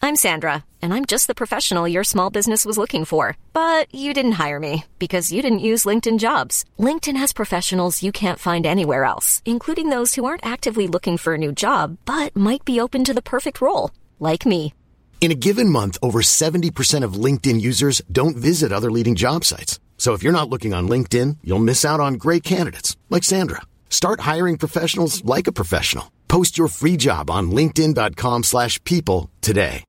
I'm Sandra, and I'm just the professional your small business was looking for. But you didn't hire me because you didn't use LinkedIn Jobs. LinkedIn has professionals you can't find anywhere else, including those who aren't actively looking for a new job, but might be open to the perfect role, like me. In a given month, over 70% of LinkedIn users don't visit other leading job sites. So if you're not looking on LinkedIn, you'll miss out on great candidates like Sandra. Start hiring professionals like a professional. Post your free job on linkedin.com/people today.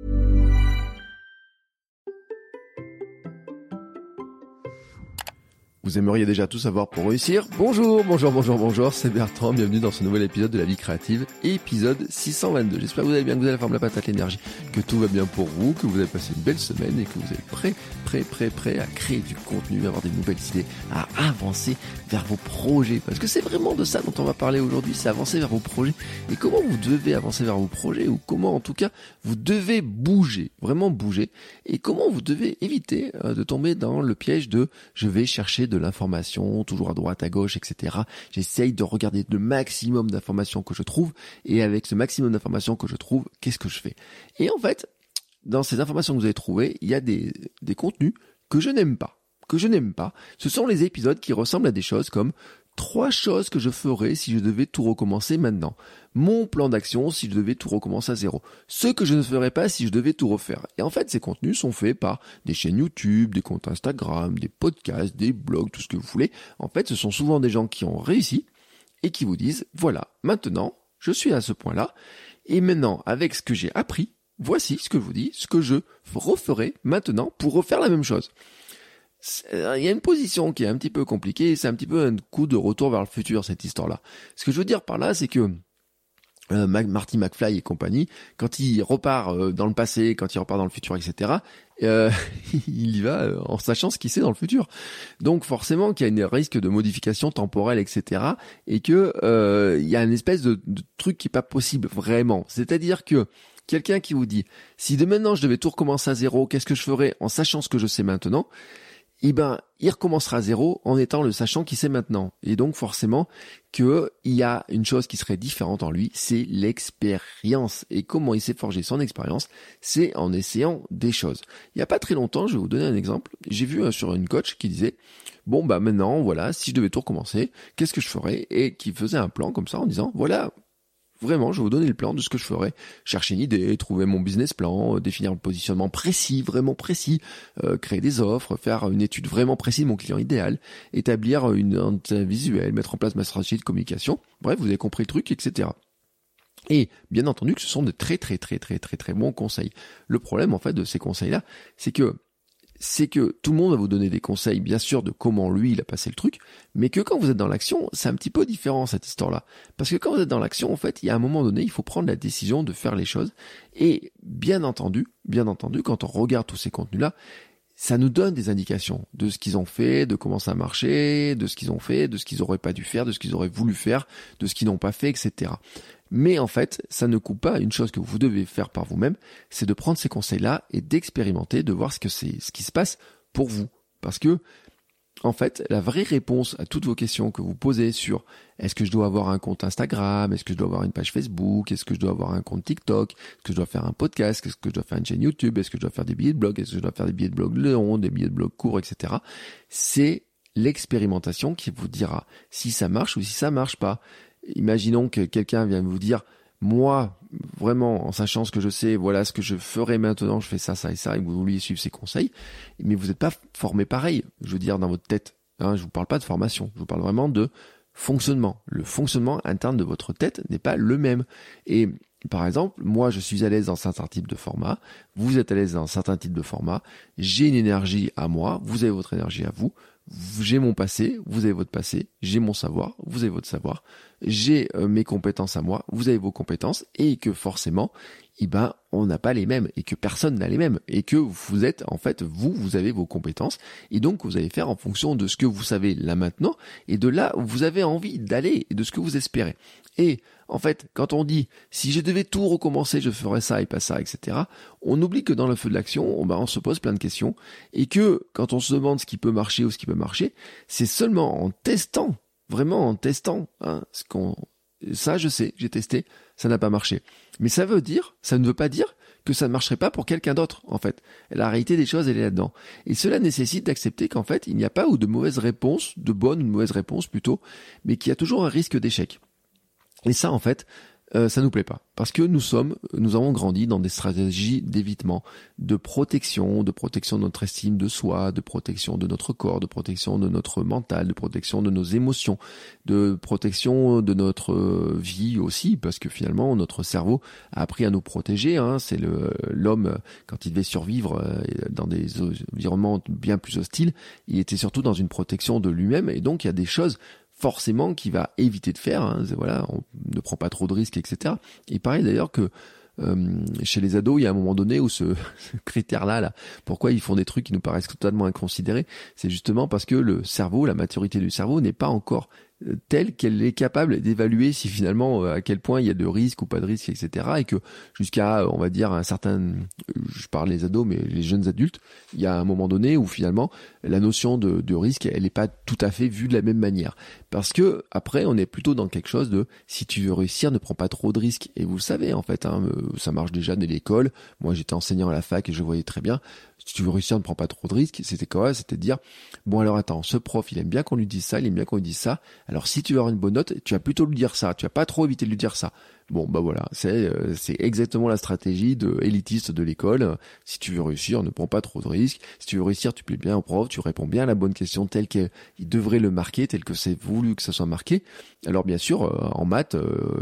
Vous aimeriez déjà tout savoir pour réussir. Bonjour, c'est Bertrand, bienvenue dans ce nouvel épisode de La Vie Créative, épisode 622. J'espère que vous allez bien, que vous avez la forme, la patate, l'énergie, que tout va bien pour vous, que vous avez passé une belle semaine et que vous êtes prêt à créer du contenu, à avoir des nouvelles idées, à avancer vers vos projets. Parce que c'est vraiment de ça dont on va parler aujourd'hui, c'est avancer vers vos projets. Et comment vous devez avancer vers vos projets, ou comment en tout cas vous devez bouger, vraiment bouger, et comment vous devez éviter de tomber dans le piège de je vais chercher de l'information, toujours à droite, à gauche, etc. J'essaye de regarder le maximum d'informations que je trouve, et avec ce maximum d'informations que je trouve, qu'est-ce que je fais? Et en fait, dans ces informations que vous avez trouvées, il y a des contenus que je n'aime pas. Ce sont les épisodes qui ressemblent à des choses comme 3 choses que je ferais si je devais tout recommencer maintenant. Mon plan d'action si je devais tout recommencer à zéro. Ce que je ne ferais pas si je devais tout refaire. Et en fait, ces contenus sont faits par des chaînes YouTube, des comptes Instagram, des podcasts, des blogs, tout ce que vous voulez. En fait, ce sont souvent des gens qui ont réussi et qui vous disent, voilà, maintenant, je suis à ce point-là. Et maintenant, avec ce que j'ai appris, voici ce que je vous dis, ce que je referai maintenant pour refaire la même chose. Il y a une position qui est un petit peu compliquée, c'est un petit peu un coup de retour vers le futur, cette histoire-là. Ce que je veux dire par là, c'est que Marty McFly et compagnie, quand il repart dans le passé, quand il repart dans le futur, etc., il y va en sachant ce qu'il sait dans le futur. Donc forcément qu'il y a un risque de modification temporelle, etc., et que il y a une espèce de truc qui est pas possible vraiment. C'est-à-dire que quelqu'un qui vous dit, si de maintenant je devais tout recommencer à zéro, qu'est-ce que je ferais en sachant ce que je sais maintenant? Eh ben, il recommencera à zéro en étant le sachant qu'il sait maintenant. Et donc, forcément, il y a une chose qui serait différente en lui, c'est l'expérience. Et comment il s'est forgé son expérience, c'est en essayant des choses. Il y a pas très longtemps, je vais vous donner un exemple. J'ai vu sur une coach qui disait, bon, bah, maintenant, voilà, si je devais tout recommencer, qu'est-ce que je ferais? Et qui faisait un plan comme ça en disant, voilà, vraiment, je vais vous donner le plan de ce que je ferais. Chercher une idée, trouver mon business plan, définir le positionnement précis, vraiment précis, créer des offres, faire une étude vraiment précise de mon client idéal, établir un visuel, mettre en place ma stratégie de communication. Bref, vous avez compris le truc, etc. Et bien entendu que ce sont de très bons conseils. Le problème en fait de ces conseils-là, c'est que tout le monde va vous donner des conseils, bien sûr, de comment lui, il a passé le truc, mais que quand vous êtes dans l'action, c'est un petit peu différent, cette histoire-là. Parce que quand vous êtes dans l'action, en fait, il y a un moment donné, il faut prendre la décision de faire les choses. Et bien entendu, quand on regarde tous ces contenus-là, ça nous donne des indications de ce qu'ils ont fait, de comment ça a marché, de ce qu'ils ont fait, de ce qu'ils auraient pas dû faire, de ce qu'ils auraient voulu faire, de ce qu'ils n'ont pas fait, etc. Mais en fait, ça ne coupe pas une chose que vous devez faire par vous-même, c'est de prendre ces conseils-là et d'expérimenter, de voir ce qui se passe pour vous. Parce que, en fait, la vraie réponse à toutes vos questions que vous posez sur est-ce que je dois avoir un compte Instagram, est-ce que je dois avoir une page Facebook, est-ce que je dois avoir un compte TikTok, est-ce que je dois faire un podcast, est-ce que je dois faire une chaîne YouTube, est-ce que je dois faire des billets de blog, est-ce que je dois faire des billets de blog longs, des billets de blog courts, etc. C'est l'expérimentation qui vous dira si ça marche ou si ça marche pas. Imaginons que quelqu'un vienne vous dire, moi, vraiment, en sachant ce que je sais, voilà ce que je ferai maintenant, je fais ça, ça et ça, et vous vouliez suivre ses conseils, mais vous n'êtes pas formé pareil, je veux dire, dans votre tête. Hein, je vous parle pas de formation, je vous parle vraiment de fonctionnement. Le fonctionnement interne de votre tête n'est pas le même. Et par exemple, moi, je suis à l'aise dans certains types de formats, vous êtes à l'aise dans certains types de formats, j'ai une énergie à moi, vous avez votre énergie à vous, j'ai mon passé, vous avez votre passé, j'ai mon savoir, vous avez votre savoir, j'ai mes compétences à moi, vous avez vos compétences, et que forcément, on n'a pas les mêmes, et que personne n'a les mêmes, et que vous êtes, en fait, vous avez vos compétences, et donc vous allez faire en fonction de ce que vous savez là maintenant, et de là où vous avez envie d'aller, et de ce que vous espérez. Et en fait, quand on dit « si je devais tout recommencer, je ferais ça et pas ça, etc. », on oublie que dans le feu de l'action, on se pose plein de questions, et que quand on se demande ce qui peut marcher ou ce qui peut marcher, c'est seulement en testant, vraiment en testant, ça je sais, j'ai testé, ça n'a pas marché. Mais ça ne veut pas dire que ça ne marcherait pas pour quelqu'un d'autre, en fait. La réalité des choses, elle est là-dedans. Et cela nécessite d'accepter qu'en fait, il n'y a pas ou de mauvaise réponse, de bonne ou de mauvaise réponse plutôt, mais qu'il y a toujours un risque d'échec. Et ça, en fait, ça nous plaît pas. Parce que nous avons grandi dans des stratégies d'évitement, de protection de notre estime de soi, de protection de notre corps, de protection de notre mental, de protection de nos émotions, de protection de notre vie aussi, parce que finalement, notre cerveau a appris à nous protéger, hein. C'est l'homme, quand il devait survivre dans des environnements bien plus hostiles, il était surtout dans une protection de lui-même, et donc il y a des choses forcément qu'il va éviter de faire, hein. Voilà, on ne prend pas trop de risques, etc. Et pareil d'ailleurs que chez les ados, il y a un moment donné où ce critère-là, pourquoi ils font des trucs qui nous paraissent totalement inconsidérés, c'est justement parce que le cerveau, la maturité du cerveau n'est pas encore telle qu'elle est capable d'évaluer si finalement à quel point il y a de risques ou pas de risques, etc. Et que jusqu'à, on va dire, un certain, je parle des ados, mais les jeunes adultes, il y a un moment donné où finalement la notion de risque, elle n'est pas tout à fait vue de la même manière. Parce que après, on est plutôt dans quelque chose de, si tu veux réussir, ne prends pas trop de risques. Et vous le savez, en fait, hein, ça marche déjà dès l'école. Moi, j'étais enseignant à la fac et je voyais très bien. Si tu veux réussir, ne prends pas trop de risques. C'était quoi? C'était de dire, bon alors attends, ce prof, il aime bien qu'on lui dise ça, il aime bien qu'on lui dise ça. Alors si tu veux avoir une bonne note, tu vas plutôt lui dire ça. Tu vas pas trop éviter de lui dire ça. Bon, bah voilà, c'est exactement la stratégie élitiste de l'école. Si tu veux réussir, ne prends pas trop de risques. Si tu veux réussir, tu plais bien au prof, tu réponds bien à la bonne question telle qu'il devrait le marquer, tel que c'est voulu que ça soit marqué. Alors bien sûr, en maths,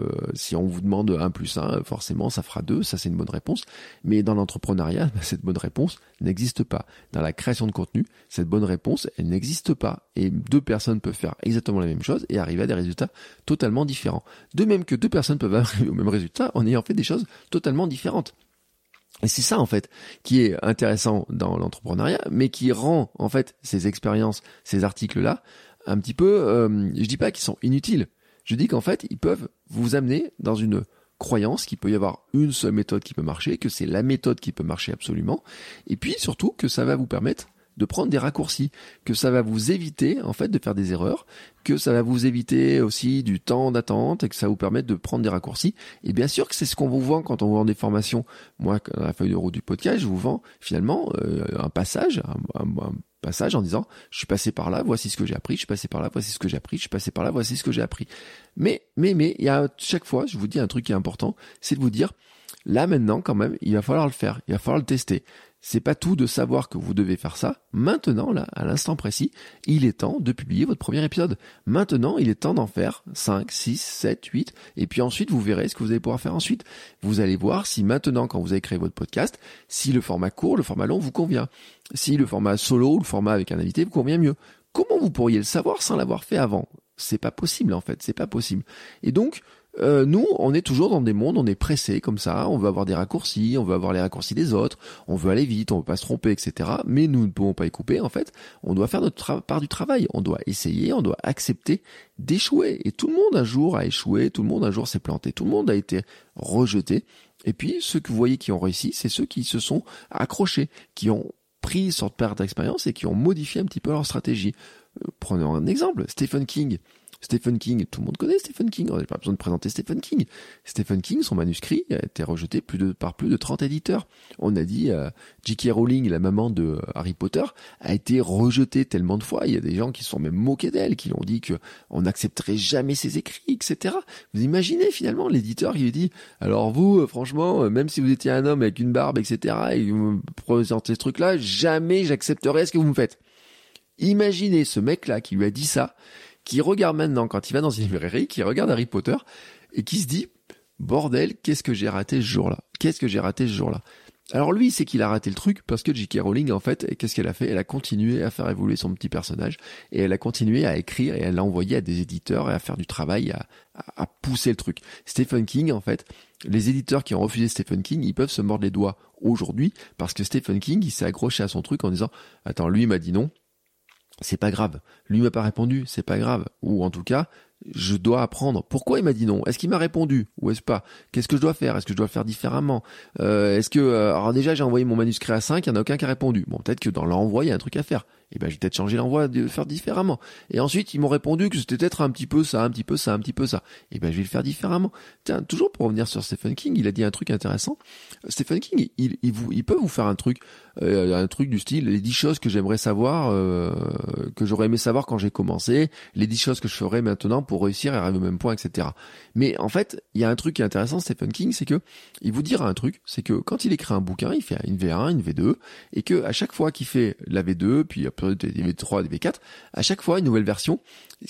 si on vous demande 1 plus 1, forcément ça fera 2, ça c'est une bonne réponse. Mais dans l'entrepreneuriat, cette bonne réponse n'existe pas. Dans la création de contenu, cette bonne réponse, elle n'existe pas. Et 2 personnes peuvent faire exactement la même chose et arriver à des résultats totalement différents. De même que 2 personnes peuvent arriver au même résultat en ayant fait des choses totalement différentes. Et c'est ça en fait qui est intéressant dans l'entrepreneuriat, mais qui rend en fait ces expériences, ces articles-là, un petit peu, je dis pas qu'ils sont inutiles, je dis qu'en fait ils peuvent vous amener dans une croyance qu'il peut y avoir une seule méthode qui peut marcher, que c'est la méthode qui peut marcher absolument, et puis surtout que ça va vous permettre de prendre des raccourcis, que ça va vous éviter en fait de faire des erreurs, que ça va vous éviter aussi du temps d'attente et que ça va vous permettre de prendre des raccourcis. Et bien sûr que c'est ce qu'on vous vend quand on vous vend des formations. Moi, dans la feuille de route du podcast, je vous vends finalement un passage en disant je suis passé par là, voici ce que j'ai appris, je suis passé par là, voici ce que j'ai appris, je suis passé par là, voici ce que j'ai appris. Mais il y a chaque fois, je vous dis un truc qui est important, c'est de vous dire là maintenant quand même, il va falloir le faire, il va falloir le tester. C'est pas tout de savoir que vous devez faire ça. Maintenant, là, à l'instant précis, il est temps de publier votre premier épisode. Maintenant, il est temps d'en faire 5, 6, 7, 8. Et puis ensuite, vous verrez ce que vous allez pouvoir faire ensuite. Vous allez voir si maintenant, quand vous avez créé votre podcast, si le format court, le format long vous convient. Si le format solo ou le format avec un invité vous convient mieux. Comment vous pourriez le savoir sans l'avoir fait avant? C'est pas possible, en fait. C'est pas possible. Et donc, nous, on est toujours dans des mondes, on est pressé comme ça, on veut avoir des raccourcis, on veut avoir les raccourcis des autres, on veut aller vite, on veut pas se tromper, etc. Mais nous ne pouvons pas y couper, en fait. On doit faire notre part du travail, on doit essayer, on doit accepter d'échouer. Et tout le monde un jour a échoué, tout le monde un jour s'est planté, tout le monde a été rejeté. Et puis, ceux que vous voyez qui ont réussi, c'est ceux qui se sont accrochés, qui ont pris sorte part d'expérience et qui ont modifié un petit peu leur stratégie. Prenons un exemple, Stephen King, tout le monde connaît Stephen King, on n'a pas besoin de présenter Stephen King. Stephen King, son manuscrit a été rejeté par plus de 30 éditeurs. On a dit J.K. Rowling, la maman de Harry Potter, a été rejetée tellement de fois. Il y a des gens qui se sont même moqués d'elle, qui l'ont dit qu'on n'accepterait jamais ses écrits, etc. Vous imaginez finalement l'éditeur qui lui dit « Alors vous, franchement, même si vous étiez un homme avec une barbe, etc., et vous me présentez ce truc-là, jamais j'accepterai ce que vous me faites. » Imaginez ce mec-là qui lui a dit ça, qui regarde maintenant quand il va dans une librairie, qui regarde Harry Potter et qui se dit « Bordel, qu'est-ce que j'ai raté ce jour-là ? Qu'est-ce que j'ai raté ce jour-là ?» Alors lui, c'est qu'il a raté le truc parce que J.K. Rowling, en fait, qu'est-ce qu'elle a fait ? Elle a continué à faire évoluer son petit personnage et elle a continué à écrire et elle l'a envoyé à des éditeurs et à faire du travail, à pousser le truc. Stephen King, en fait, les éditeurs qui ont refusé Stephen King, ils peuvent se mordre les doigts aujourd'hui parce que Stephen King, il s'est accroché à son truc en disant « Attends, lui, il m'a dit non. C'est pas grave. Lui m'a pas répondu, c'est pas grave. Ou en tout cas, je dois apprendre. Pourquoi il m'a dit non? Est-ce qu'il m'a répondu ou est-ce pas? Qu'est-ce que je dois faire? Est-ce que je dois le faire différemment? Alors déjà j'ai envoyé mon manuscrit à 5, il n'y en a aucun qui a répondu. Bon, peut-être que dans l'envoi il y a un truc à faire. Et ben je vais peut-être changer l'envoi, de faire différemment. Et ensuite ils m'ont répondu que c'était peut-être un petit peu ça. Et ben je vais le faire différemment. Tiens, toujours pour revenir sur Stephen King, il a dit un truc intéressant. Stephen King, il peut vous faire un truc du style les 10 choses que j'aimerais savoir, que j'aurais aimé savoir quand j'ai commencé, les 10 choses que je ferais maintenant pour réussir et arriver au même point, etc. Mais en fait, il y a un truc qui est intéressant, Stephen King, c'est que il vous dira un truc, c'est que quand il écrit un bouquin, il fait une V1, une V2, et que à chaque fois qu'il fait la V2, puis après des V3, des V4, à chaque fois une nouvelle version,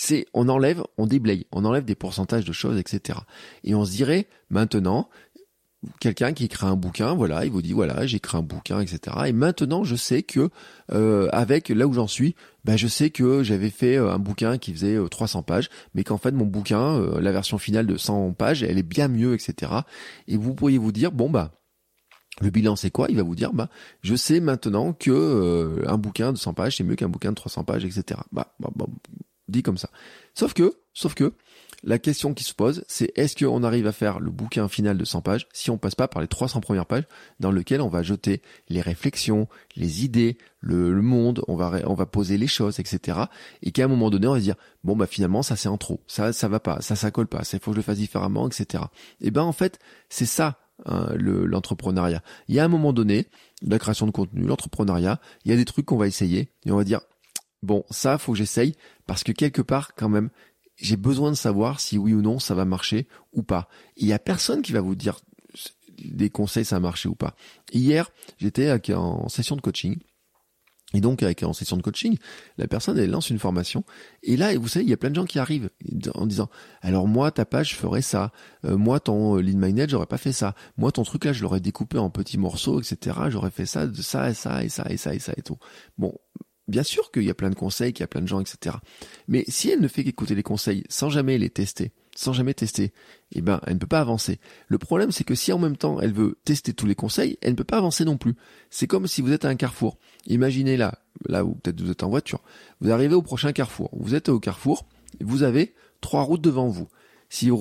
on déblaye, on enlève des pourcentages de choses, etc. Et on se dirait maintenant, quelqu'un qui écrit un bouquin, voilà, il vous dit voilà, j'ai écrit un bouquin, etc. Et maintenant, je sais que avec là où j'en suis, je sais que j'avais fait un bouquin qui faisait 300 pages, mais qu'en fait mon bouquin, la version finale de 100 pages, elle est bien mieux, etc. Et vous pourriez vous dire le bilan c'est quoi? Il va vous dire je sais maintenant que un bouquin de 100 pages c'est mieux qu'un bouquin de 300 pages, etc. Dit comme ça. Sauf que la question qui se pose, c'est est-ce qu'on arrive à faire le bouquin final de 100 pages si on passe pas par les 300 premières pages dans lequel on va jeter les réflexions, les idées, le monde, on va poser les choses, etc. Et qu'à un moment donné, on va se dire finalement ça c'est en trop, ça va pas, ça colle pas, il faut que je le fasse différemment, etc. Et en fait, c'est ça l'entrepreneuriat. Il y a un moment donné, la création de contenu, l'entrepreneuriat, il y a des trucs qu'on va essayer et on va dire ça faut que j'essaye parce que quelque part quand même j'ai besoin de savoir si oui ou non ça va marcher ou pas. Il y a personne qui va vous dire des conseils ça a marché ou pas. Hier, j'étais en session de coaching. Et donc, en session de coaching, la personne, elle lance une formation. Et là, vous savez, il y a plein de gens qui arrivent en disant, alors moi, ta page, je ferais ça. Moi, ton lead magnet, j'aurais pas fait ça. Moi, ton truc là, je l'aurais découpé en petits morceaux, etc. J'aurais fait ça, de ça, et ça, et ça, et ça, et ça, et tout. Bon. Bien sûr qu'il y a plein de conseils, qu'il y a plein de gens, etc. Mais si elle ne fait qu'écouter les conseils sans jamais les tester, elle ne peut pas avancer. Le problème, c'est que si en même temps elle veut tester tous les conseils, elle ne peut pas avancer non plus. C'est comme si vous êtes à un carrefour. Imaginez là où peut-être vous êtes en voiture, vous arrivez au prochain carrefour. Vous êtes au carrefour, vous avez 3 routes devant vous. Si vous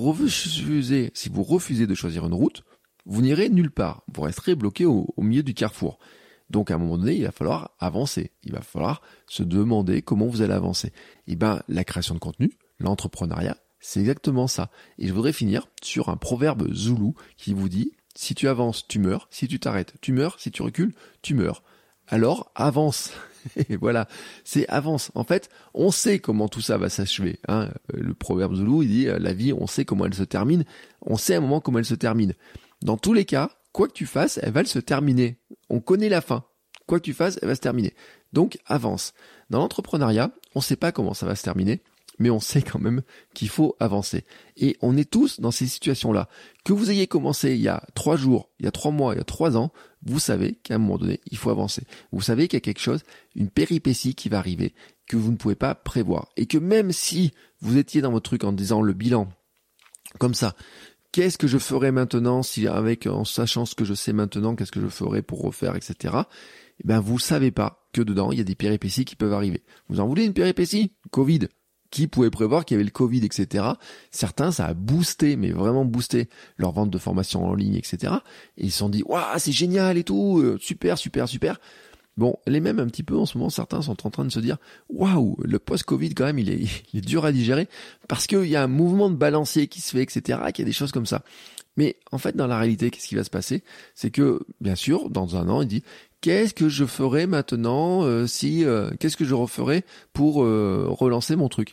refusez de choisir une route, vous n'irez nulle part. Vous resterez bloqué au milieu du carrefour. Donc à un moment donné, il va falloir avancer. Il va falloir se demander comment vous allez avancer. Et la création de contenu, l'entrepreneuriat, c'est exactement ça. Et je voudrais finir sur un proverbe zoulou qui vous dit « Si tu avances, tu meurs. Si tu t'arrêtes, tu meurs. Si tu recules, tu meurs. » Alors avance. Et voilà, c'est avance. En fait, on sait comment tout ça va s'achever. Le proverbe zoulou, il dit « La vie, on sait comment elle se termine. On sait à un moment comment elle se termine. » Dans tous les cas, quoi que tu fasses, elle va se terminer. On connaît la fin. Quoi que tu fasses, elle va se terminer. Donc, avance. Dans l'entrepreneuriat, on ne sait pas comment ça va se terminer, mais on sait quand même qu'il faut avancer. Et on est tous dans ces situations-là. Que vous ayez commencé il y a 3 jours, il y a 3 mois, il y a 3 ans, vous savez qu'à un moment donné, il faut avancer. Vous savez qu'il y a quelque chose, une péripétie qui va arriver, que vous ne pouvez pas prévoir. Et que même si vous étiez dans votre truc en disant le bilan, comme ça, qu'est-ce que je ferais maintenant en sachant ce que je sais maintenant, qu'est-ce que je ferais pour refaire, etc. Vous savez pas que dedans, il y a des péripéties qui peuvent arriver. Vous en voulez une péripétie? Covid. Qui pouvait prévoir qu'il y avait le Covid, etc. Certains, ça a boosté, mais vraiment boosté leur vente de formation en ligne, etc. Et ils se sont dit, waouh, c'est génial et tout, super. Bon, les mêmes un petit peu en ce moment, certains sont en train de se dire waouh, le post-Covid quand même, il est dur à digérer parce qu'il y a un mouvement de balancier qui se fait, etc. Qu'il y a des choses comme ça. Mais en fait, dans la réalité, qu'est-ce qui va se passer? C'est que, bien sûr, dans un an, il dit qu'est-ce que je ferais maintenant qu'est-ce que je referais pour relancer mon truc?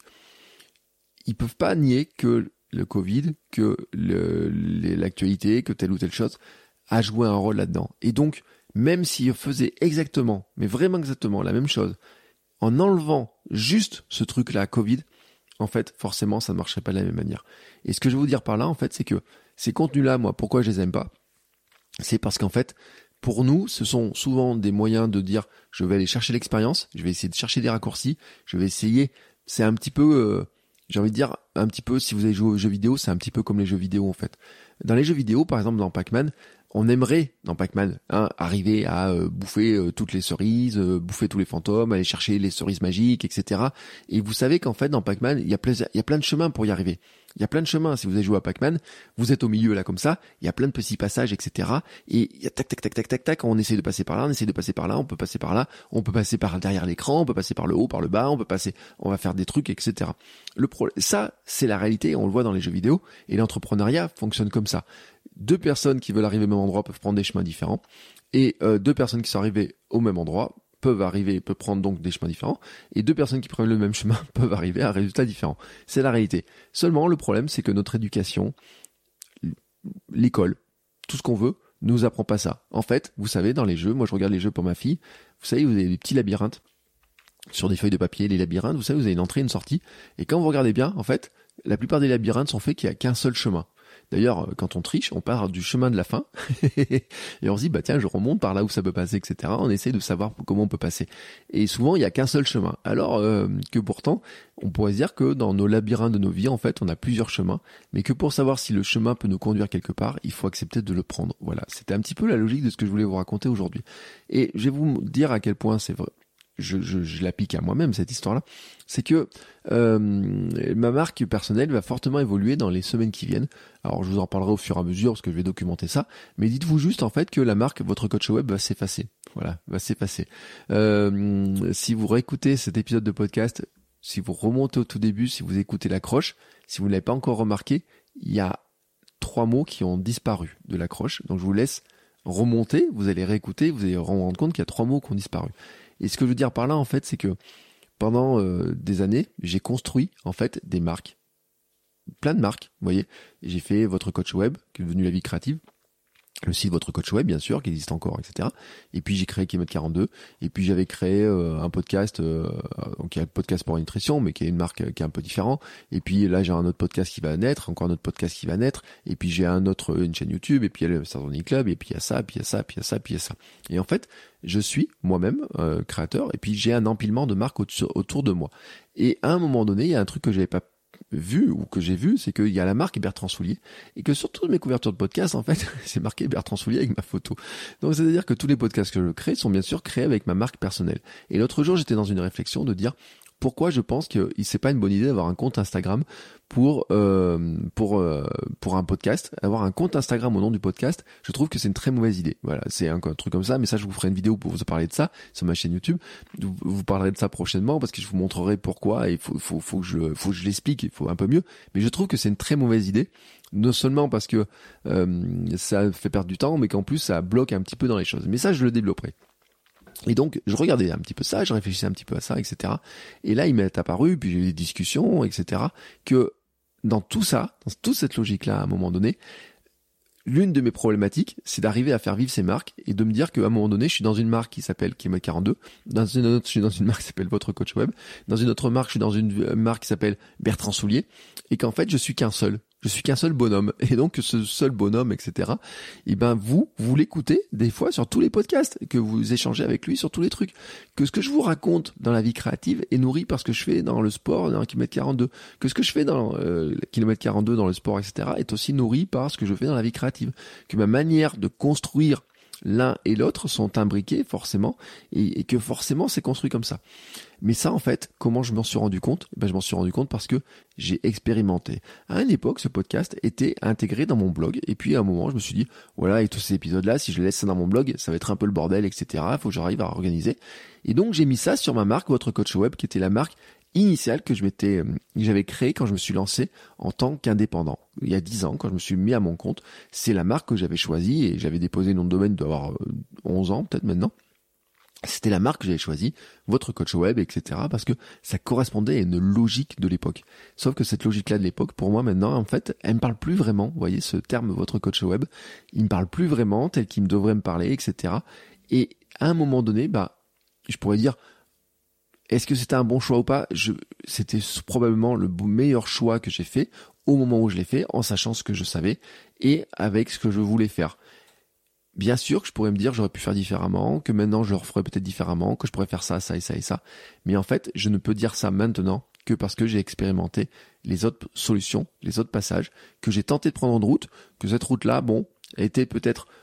Ils peuvent pas nier que le Covid, que l'actualité, que telle ou telle chose a joué un rôle là-dedans. Et donc, même s'ils faisaient exactement, mais vraiment exactement la même chose, en enlevant juste ce truc-là, Covid, en fait, forcément, ça ne marcherait pas de la même manière. Et ce que je veux vous dire par là, en fait, c'est que ces contenus-là, moi, pourquoi je les aime pas? C'est parce qu'en fait, pour nous, ce sont souvent des moyens de dire, je vais aller chercher l'expérience, je vais essayer de chercher des raccourcis, je vais essayer, c'est un petit peu, j'ai envie de dire, un petit peu, si vous avez joué aux jeux vidéo, c'est un petit peu comme les jeux vidéo, en fait. Dans les jeux vidéo, par exemple, dans Pac-Man, On aimerait, dans Pac-Man, arriver à bouffer toutes les cerises, bouffer tous les fantômes, aller chercher les cerises magiques, etc. Et vous savez qu'en fait, dans Pac-Man, il y a plein de chemins pour y arriver. Il y a plein de chemins. Si vous avez joué à Pac-Man, vous êtes au milieu là comme ça, il y a plein de petits passages, etc. Et il y a tac, on essaie de passer par là, on essaie de passer par là, on peut passer par là, on peut passer par derrière l'écran, on peut passer par le haut, par le bas, on va faire des trucs, etc. Ça, c'est la réalité, on le voit dans les jeux vidéo, et l'entrepreneuriat fonctionne comme ça. 2 personnes qui veulent arriver au même endroit peuvent prendre des chemins différents, et 2 personnes qui sont arrivées au même endroit peuvent prendre donc des chemins différents, et 2 personnes qui prennent le même chemin peuvent arriver à un résultat différent. C'est la réalité. Seulement, le problème, c'est que notre éducation, l'école, tout ce qu'on veut, nous apprend pas ça. En fait, vous savez, dans les jeux, moi je regarde les jeux pour ma fille, vous savez, vous avez des petits labyrinthes sur des feuilles de papier, les labyrinthes, vous savez, vous avez une entrée, une sortie, et quand vous regardez bien, en fait, la plupart des labyrinthes sont faits qu'il n'y a qu'un seul chemin. D'ailleurs, quand on triche, on part du chemin de la fin et on se dit, tiens, je remonte par là où ça peut passer, etc. On essaie de savoir comment on peut passer. Et souvent, il n'y a qu'un seul chemin. Alors que pourtant, on pourrait se dire que dans nos labyrinthes de nos vies, en fait, on a plusieurs chemins, mais que pour savoir si le chemin peut nous conduire quelque part, il faut accepter de le prendre. Voilà, c'était un petit peu la logique de ce que je voulais vous raconter aujourd'hui. Et je vais vous dire à quel point c'est vrai. Je l'applique à moi-même, cette histoire-là, c'est que ma marque personnelle va fortement évoluer dans les semaines qui viennent. Alors je vous en parlerai au fur et à mesure parce que je vais documenter ça, mais dites-vous juste en fait que la marque Votre Coach Web va s'effacer. Voilà, va s'effacer. Si vous réécoutez cet épisode de podcast, si vous remontez au tout début, si vous écoutez l'accroche, si vous ne l'avez pas encore remarqué, il y a 3 mots qui ont disparu de l'accroche. Donc je vous laisse remonter, vous allez réécouter, vous allez vous rendre compte qu'il y a 3 mots qui ont disparu. Et ce que je veux dire par là, en fait, c'est que pendant des années, j'ai construit, en fait, des marques. Plein de marques, vous voyez. J'ai fait Votre Coach Web, qui est devenu La Vie Créative. Le site Votre Coach Web, bien sûr, qui existe encore, etc. Et puis j'ai créé Kilomètre 42. Et puis j'avais créé un podcast, donc il y a le podcast pour la nutrition, mais qui est une marque qui est un peu différent. Et puis là j'ai un autre podcast qui va naître, encore un autre podcast qui va naître. Et puis j'ai une chaîne YouTube. Et puis il y a le Startup Club. Et puis il y a ça, puis il y a ça, puis il y a ça, puis il y a ça. Et en fait, je suis moi-même créateur. Et puis j'ai un empilement de marques autour de moi. Et à un moment donné, il y a un truc que j'avais pas vu ou que j'ai vu, c'est qu'il y a la marque Bertrand Soulier et que sur toutes mes couvertures de podcast, en fait, c'est marqué Bertrand Soulier avec ma photo. Donc c'est-à-dire que tous les podcasts que je crée sont bien sûr créés avec ma marque personnelle. Et l'autre jour, j'étais dans une réflexion de dire pourquoi je pense que c'est pas une bonne idée d'avoir un compte Instagram pour un podcast, avoir un compte Instagram au nom du podcast. Je trouve que c'est une très mauvaise idée. Voilà, c'est un truc comme ça, mais ça je vous ferai une vidéo pour vous parler de ça sur ma chaîne YouTube. Vous parlerez de ça prochainement parce que je vous montrerai pourquoi et faut que je l'explique, il faut un peu mieux, mais je trouve que c'est une très mauvaise idée. Non seulement parce que ça fait perdre du temps, mais qu'en plus ça bloque un petit peu dans les choses. Mais ça je le développerai. Et donc, je regardais un petit peu ça, je réfléchissais un petit peu à ça, etc. Et là, il m'est apparu, puis j'ai eu des discussions, etc., que dans tout ça, dans toute cette logique-là, à un moment donné, l'une de mes problématiques, c'est d'arriver à faire vivre ces marques et de me dire qu'à un moment donné, je suis dans une marque qui s'appelle Kilomètre 42, dans une autre, je suis dans une marque qui s'appelle Votre Coach Web, dans une autre marque, je suis dans une marque qui s'appelle Bertrand Soulier, et qu'en fait, je suis qu'un seul bonhomme. Et donc, ce seul bonhomme, etc., et ben, vous l'écoutez des fois sur tous les podcasts, que vous échangez avec lui sur tous les trucs. Que ce que je vous raconte dans la vie créative est nourri par ce que je fais dans le sport, dans Kilomètre 42. Que ce que je fais dans Kilomètre 42, dans le sport, etc., est aussi nourri par ce que je fais dans la vie créative. Que ma manière de construire l'un et l'autre sont imbriqués forcément et que forcément c'est construit comme ça. Mais ça en fait, comment je m'en suis rendu compte ? Je m'en suis rendu compte parce que j'ai expérimenté. À une époque, ce podcast était intégré dans mon blog et puis à un moment je me suis dit voilà, et tous ces épisodes-là, si je laisse ça dans mon blog, ça va être un peu le bordel, etc. Il faut que j'arrive à organiser. Et donc j'ai mis ça sur ma marque Votre Coach Web, qui était la marque initiale que j'avais créée quand je me suis lancé en tant qu'indépendant. Il y a 10 ans, quand je me suis mis à mon compte, c'est la marque que j'avais choisie et j'avais déposé le nom de domaine d'avoir 11 ans peut-être maintenant. C'était la marque que j'avais choisie, Votre Coach Web, etc. parce que ça correspondait à une logique de l'époque. Sauf que cette logique-là de l'époque, pour moi maintenant, en fait, elle me parle plus vraiment. Vous voyez, ce terme Votre Coach Web, il me parle plus vraiment tel qu'il me devrait me parler, etc. Et à un moment donné, je pourrais dire, est-ce que c'était un bon choix ou pas ? C'était probablement le meilleur choix que j'ai fait au moment où je l'ai fait, en sachant ce que je savais et avec ce que je voulais faire. Bien sûr que je pourrais me dire j'aurais pu faire différemment, que maintenant je le referais peut-être différemment, que je pourrais faire ça, ça et ça et ça. Mais en fait, je ne peux dire ça maintenant que parce que j'ai expérimenté les autres solutions, les autres passages, que j'ai tenté de prendre en route, que cette route-là, était peut-être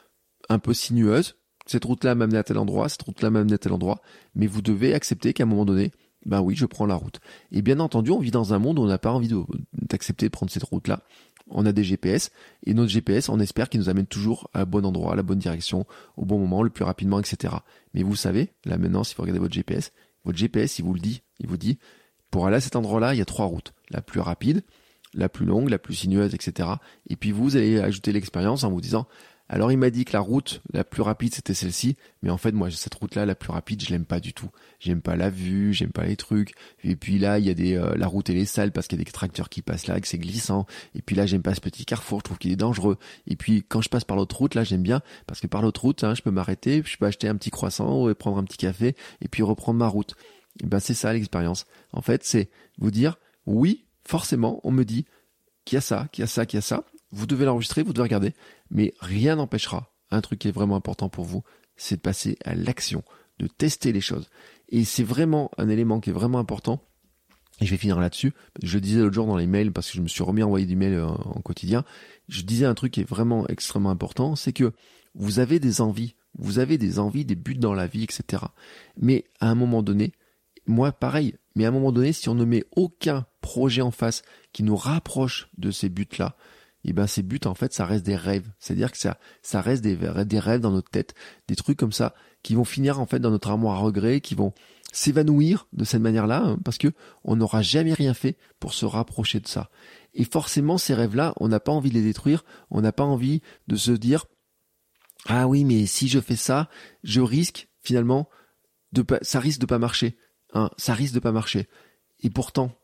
un peu sinueuse. Cette route-là m'a amené à tel endroit, cette route-là m'a amené à tel endroit. Mais vous devez accepter qu'à un moment donné, ben oui, je prends la route. Et bien entendu, on vit dans un monde où on n'a pas envie d'accepter de prendre cette route-là. On a des GPS, et notre GPS, on espère qu'il nous amène toujours à bon endroit, à la bonne direction, au bon moment, le plus rapidement, etc. Mais vous savez, là maintenant, si vous regardez votre GPS, il vous le dit, il vous dit, pour aller à cet endroit-là, il y a 3 routes. La plus rapide, la plus longue, la plus sinueuse, etc. Et puis vous allez ajouter l'expérience en vous disant, alors il m'a dit que la route la plus rapide c'était celle-ci, mais en fait moi cette route-là la plus rapide je l'aime pas du tout. J'aime pas la vue, j'aime pas les trucs. Et puis là il y a la route elle est sale parce qu'il y a des tracteurs qui passent là, que c'est glissant. Et puis là j'aime pas ce petit carrefour, je trouve qu'il est dangereux. Et puis quand je passe par l'autre route là j'aime bien parce que par l'autre route je peux m'arrêter, je peux acheter un petit croissant et prendre un petit café et puis reprendre ma route. Et ben c'est ça l'expérience. En fait c'est vous dire oui forcément on me dit qu'il y a ça, qu'il y a ça, qu'il y a ça. Vous devez l'enregistrer, vous devez regarder, mais rien n'empêchera, un truc qui est vraiment important pour vous, c'est de passer à l'action, de tester les choses. Et c'est vraiment un élément qui est vraiment important, et je vais finir là-dessus. Je le disais l'autre jour dans les mails, parce que je me suis remis à envoyer des mails en quotidien, je disais un truc qui est vraiment extrêmement important, c'est que vous avez des envies, des buts dans la vie, etc. Mais à un moment donné, moi pareil, mais à un moment donné, si on ne met aucun projet en face qui nous rapproche de ces buts-là, et ben ces buts en fait ça reste des rêves, c'est-à-dire que ça reste des rêves dans notre tête, des trucs comme ça qui vont finir en fait dans notre armoire à regrets, qui vont s'évanouir de cette manière-là parce que on n'aura jamais rien fait pour se rapprocher de ça. Et forcément ces rêves-là, on n'a pas envie de les détruire, on n'a pas envie de se dire ah oui mais si je fais ça, je risque finalement ça risque de pas marcher, ça risque de pas marcher. Et pourtant,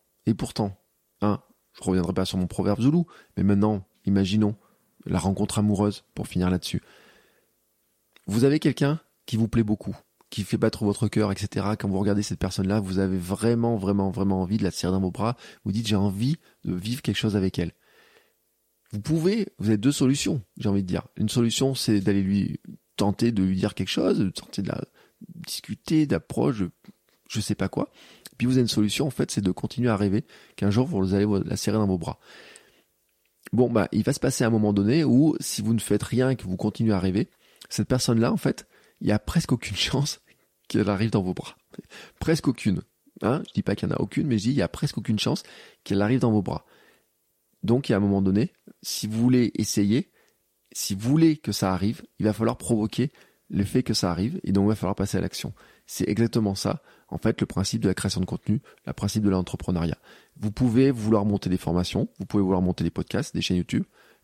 je reviendrai pas sur mon proverbe zoulou, mais maintenant, imaginons la rencontre amoureuse pour finir là-dessus. Vous avez quelqu'un qui vous plaît beaucoup, qui fait battre votre cœur, etc. Quand vous regardez cette personne-là, vous avez vraiment, vraiment, vraiment envie de la serrer dans vos bras. Vous dites, j'ai envie de vivre quelque chose avec elle. Vous avez 2 solutions, j'ai envie de dire. Une solution, c'est d'aller tenter de lui dire quelque chose, de tenter de discuter, d'approche, je sais pas quoi. Puis vous avez une solution, en fait, c'est de continuer à rêver qu'un jour, vous allez la serrer dans vos bras. Bon, il va se passer un moment donné où, si vous ne faites rien et que vous continuez à rêver, cette personne-là, en fait, il y a presque aucune chance qu'elle arrive dans vos bras. Presque aucune. Je dis pas qu'il y en a aucune, mais je dis il y a presque aucune chance qu'elle arrive dans vos bras. Donc, il y a un moment donné, si vous voulez essayer, si vous voulez que ça arrive, il va falloir provoquer le fait que ça arrive, et donc il va falloir passer à l'action. C'est exactement ça, en fait, le principe de la création de contenu, le principe de l'entrepreneuriat. Vous pouvez vouloir monter des formations, vous pouvez vouloir monter des podcasts, des chaînes YouTube,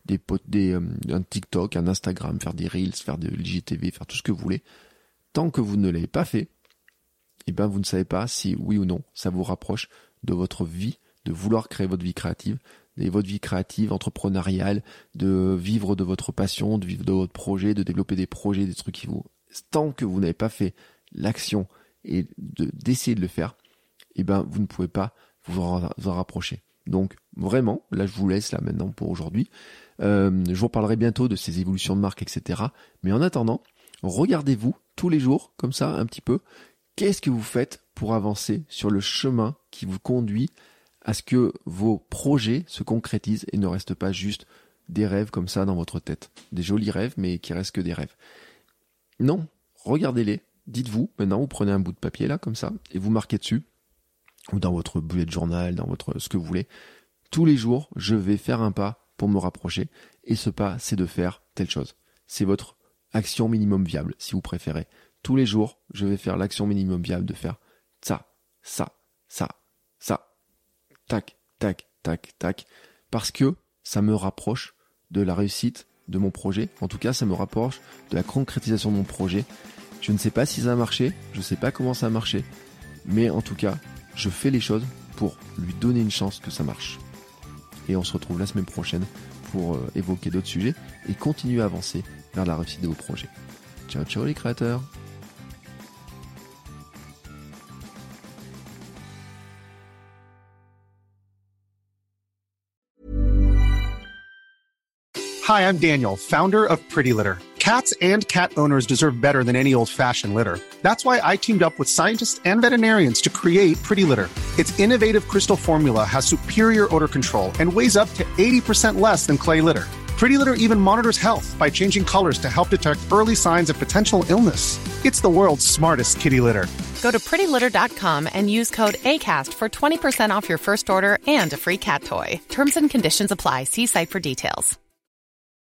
un TikTok, un Instagram, faire des Reels, faire de l'IGTV, faire tout ce que vous voulez. Tant que vous ne l'avez pas fait, vous ne savez pas si, oui ou non, ça vous rapproche de votre vie, de vouloir créer votre vie créative, entrepreneuriale, de vivre de votre passion, de vivre de votre projet, de développer des projets, des trucs qui vous... Tant que vous n'avez pas fait l'action et d'essayer de le faire, vous ne pouvez pas vous en rapprocher. Donc vraiment, là je vous laisse là maintenant pour aujourd'hui. Je vous reparlerai bientôt de ces évolutions de marque, etc. Mais en attendant, regardez-vous tous les jours, comme ça, un petit peu, qu'est-ce que vous faites pour avancer sur le chemin qui vous conduit à ce que vos projets se concrétisent et ne restent pas juste des rêves comme ça dans votre tête. Des jolis rêves, mais qui restent que des rêves. Non, regardez-les. Dites-vous, maintenant, vous prenez un bout de papier là, comme ça, et vous marquez dessus, ou dans votre bullet journal, dans votre ce que vous voulez. Tous les jours, je vais faire un pas pour me rapprocher, et ce pas, c'est de faire telle chose. C'est votre action minimum viable, si vous préférez. Tous les jours, je vais faire l'action minimum viable de faire ça. Tac, tac, tac, tac. Parce que ça me rapproche de la réussite de mon projet. En tout cas, ça me rapproche de la concrétisation de mon projet. Je ne sais pas si ça a marché, je ne sais pas comment ça a marché, mais en tout cas, je fais les choses pour lui donner une chance que ça marche. Et on se retrouve la semaine prochaine pour évoquer d'autres sujets et continuer à avancer vers la réussite de vos projets. Ciao, ciao les créateurs! Hi, I'm Daniel, founder of Pretty Litter. Cats and cat owners deserve better than any old-fashioned litter. That's why I teamed up with scientists and veterinarians to create Pretty Litter. Its innovative crystal formula has superior odor control and weighs up to 80% less than clay litter. Pretty Litter even monitors health by changing colors to help detect early signs of potential illness. It's the world's smartest kitty litter. Go to prettylitter.com and use code ACAST for 20% off your first order and a free cat toy. Terms and conditions apply. See site for details.